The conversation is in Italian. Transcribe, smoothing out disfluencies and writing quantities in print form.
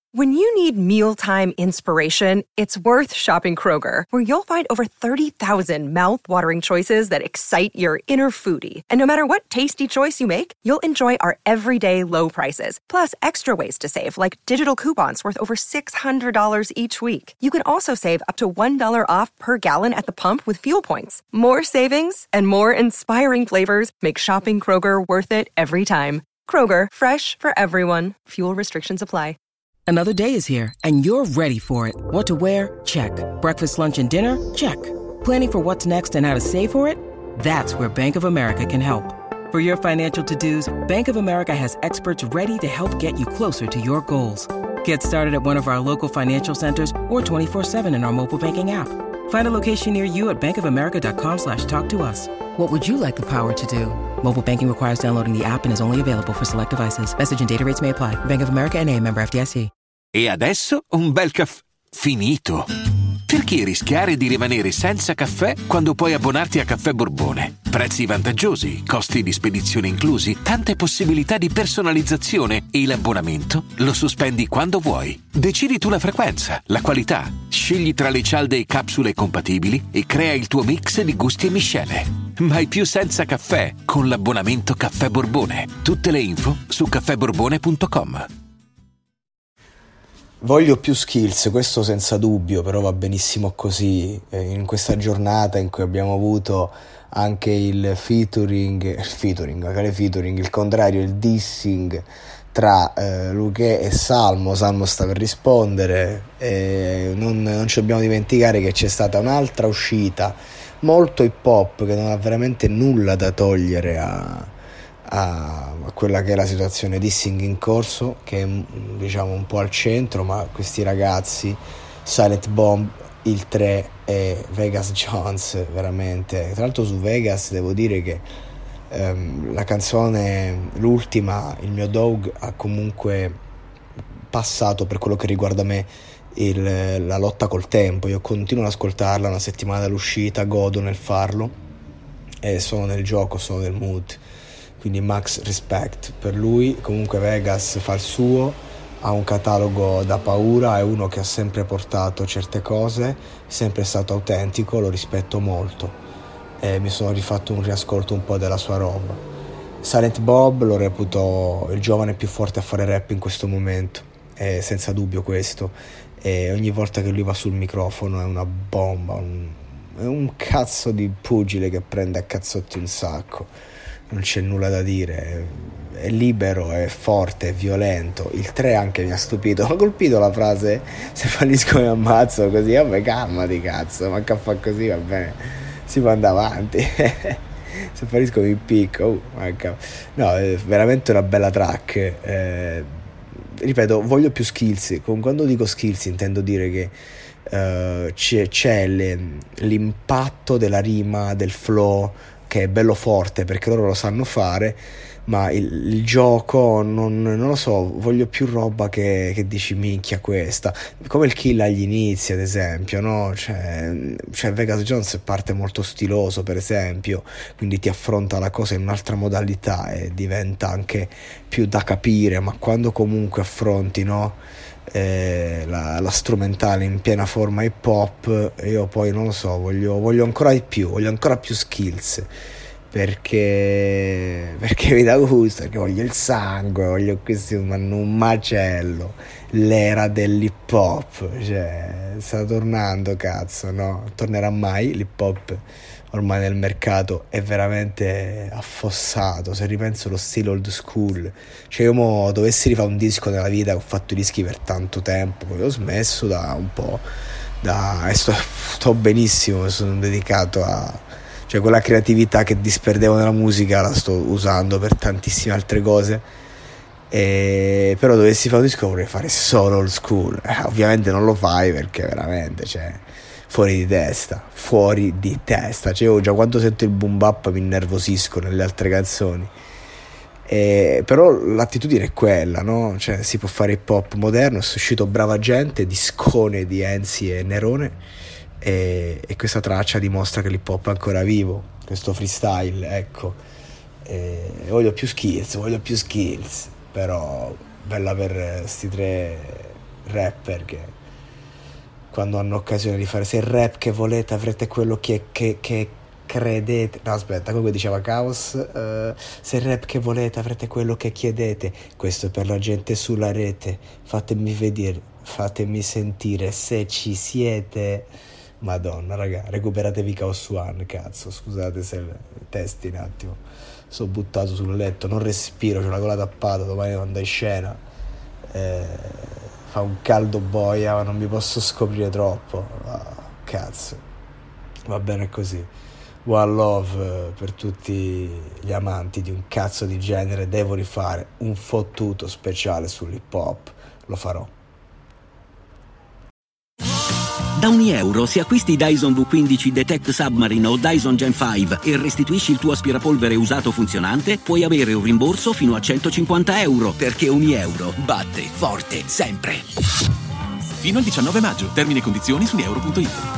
When you need mealtime inspiration, it's worth shopping Kroger, where you'll find over 30,000 mouth-watering choices that excite your inner foodie. And no matter what tasty choice you make, you'll enjoy our everyday low prices, plus extra ways to save, like digital coupons worth over $600 each week. You can also save up to $1 off per gallon at the pump with fuel points. More savings and more inspiring flavors make shopping Kroger worth it every time. Kroger, fresh for everyone. Fuel restrictions apply. Another day is here, and you're ready for it. What to wear? Check. Breakfast, lunch, and dinner? Check. Planning for what's next and how to save for it? That's where Bank of America can help. For your financial to-dos, Bank of America has experts ready to help get you closer to your goals. Get started at one of our local financial centers or 24/7 in our mobile banking app. Find a location near you at bankofamerica.com/talktous. What would you like the power to do? Mobile banking requires downloading the app and is only available for select devices. Message and data rates may apply. Bank of America N.A., member FDIC. E adesso un bel caffè finito. Perché rischiare di rimanere senza caffè quando puoi abbonarti a Caffè Borbone? Prezzi vantaggiosi, costi di spedizione inclusi, tante possibilità di personalizzazione e l'abbonamento lo sospendi quando vuoi. Decidi tu la frequenza, la qualità, scegli tra le cialde e capsule compatibili e crea il tuo mix di gusti e miscele. Mai più senza caffè con l'abbonamento Caffè Borbone. Tutte le info su caffèborbone.com. Voglio più skills, questo senza dubbio, però va benissimo così. In questa giornata in cui abbiamo avuto anche il il contrario, il dissing tra Luché e Salmo sta per rispondere, non ci dobbiamo dimenticare che c'è stata un'altra uscita molto hip hop che non ha veramente nulla da togliere a quella che è la situazione dissing in corso, che è diciamo un po' al centro, ma questi ragazzi Silent Bomb, il 3 e Vegas Jones, veramente. Tra l'altro su Vegas devo dire che la canzone, l'ultima, Il mio dog, ha comunque passato, per quello che riguarda me, la lotta col tempo. Io continuo ad ascoltarla una settimana dall'uscita, godo nel farlo e sono nel gioco, sono nel mood, quindi max respect per lui. Comunque Vegas fa il suo, ha un catalogo da paura, è uno che ha sempre portato certe cose, è sempre stato autentico, lo rispetto molto e mi sono rifatto un riascolto un po' della sua roba. Silent Bob lo reputo il giovane più forte a fare rap in questo momento, senza dubbio questo, e ogni volta che lui va sul microfono è una bomba, è un cazzo di pugile che prende a cazzotti un sacco, non c'è nulla da dire, è libero, è forte, è violento. Il 3 anche mi ha stupito, mi ha colpito la frase se fallisco mi ammazzo, così vabbè, calmati cazzo, manca a fare così, va bene, si può andare avanti. Se fallisco mi impicco, no, è veramente una bella track. Ripeto, voglio più skills. Quando dico skills intendo dire che c'è l'impatto della rima, del flow, che è bello forte perché loro lo sanno fare, ma il gioco non lo so, voglio più roba che dici minchia questa, come il kill agli inizi ad esempio, no? Cioè Vegas Jones parte molto stiloso per esempio, quindi ti affronta la cosa in un'altra modalità e diventa anche più da capire, ma quando comunque affronti, no, la strumentale in piena forma hip hop, io poi non lo so, voglio ancora di più, voglio ancora più skills, perché mi dà gusto, perché voglio il sangue, voglio questi un macello, l'era dell'hip hop, cioè sta tornando, cazzo, no? Tornerà mai l'hip hop? Ormai nel mercato è veramente affossato. Se ripenso lo stile old school, cioè io mo dovessi rifare un disco nella vita, ho fatto i dischi per tanto tempo, poi ho smesso da un po', e sto benissimo, mi sono dedicato cioè quella creatività che disperdevo nella musica la sto usando per tantissime altre cose, però dovessi fare un disco vorrei fare solo old school, ovviamente non lo fai perché veramente, cioè, fuori di testa, cioè io già quando sento il boom bap mi innervosisco nelle altre canzoni, però l'attitudine è quella, no? Cioè si può fare hip hop moderno, è uscito Brava Gente, discone di Enzi e Nerone, e questa traccia dimostra che l'hip hop è ancora vivo, questo freestyle, ecco. Voglio più skills, però bella per sti tre rapper che quando hanno occasione di fare, se il rap che volete avrete quello che credete, no aspetta, comunque diceva Caos, se il rap che volete avrete quello che chiedete, questo è per la gente sulla rete, fatemi vedere, fatemi sentire se ci siete. Madonna raga, recuperatevi Chaos One, cazzo, scusate se testi un attimo, sono buttato sul letto, non respiro, c'ho la gola tappata, domani devo andare in scena, fa un caldo boia, ma non mi posso scoprire troppo, cazzo, va bene così. One love per tutti gli amanti di un cazzo di genere, devo rifare un fottuto speciale sull'hip hop, lo farò. Da €1 se acquisti Dyson V15 Detect Submarine o Dyson Gen 5 e restituisci il tuo aspirapolvere usato funzionante, puoi avere un rimborso fino a €150, perché €1 batte forte sempre. Fino al 19 maggio. Termini e condizioni su euro.it.